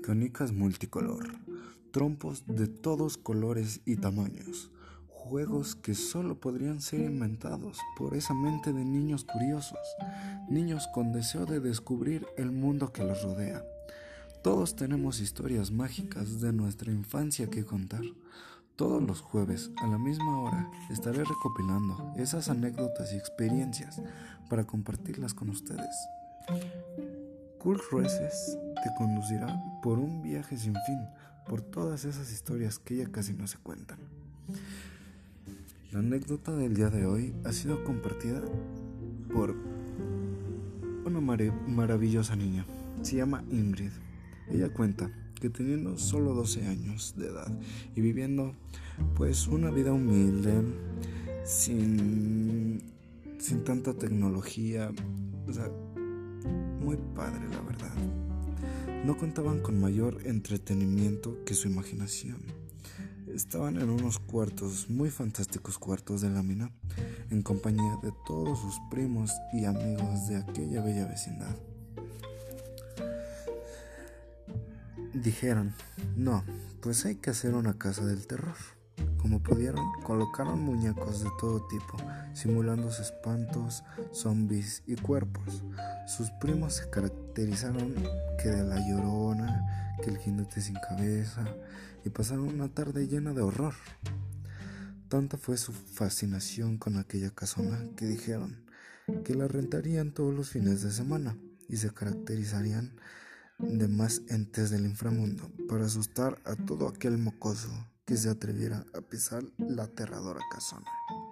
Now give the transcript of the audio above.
canicas multicolor, trompos de todos colores y tamaños, juegos que solo podrían ser inventados por esa mente de niños curiosos, niños con deseo de descubrir el mundo que los rodea. Todos tenemos historias mágicas de nuestra infancia que contar. Todos los jueves, a la misma hora, estaré recopilando esas anécdotas y experiencias para compartirlas con ustedes. Cool Races te conducirá por un viaje sin fin, por todas esas historias que ya casi no se cuentan. La anécdota del día de hoy ha sido compartida por una maravillosa niña. Se llama Ingrid. Ella cuenta que teniendo solo 12 años de edad y viviendo pues una vida humilde, sin tanta tecnología, muy padre la verdad. No contaban con mayor entretenimiento que su imaginación. Estaban en unos cuartos, muy fantásticos cuartos de lámina, en compañía de todos sus primos y amigos de aquella bella vecindad. Dijeron, no, pues hay que hacer una casa del terror. Como pudieron, colocaron muñecos de todo tipo, simulando espantos, zombies y cuerpos. Sus primos se caracterizaron que de la Llorona, que el jinete sin cabeza, y pasaron una tarde llena de horror. Tanta fue su fascinación con aquella casona que dijeron que la rentarían todos los fines de semana y se caracterizarían de más entes del inframundo para asustar a todo aquel mocoso que se atreviera a pisar la aterradora casona.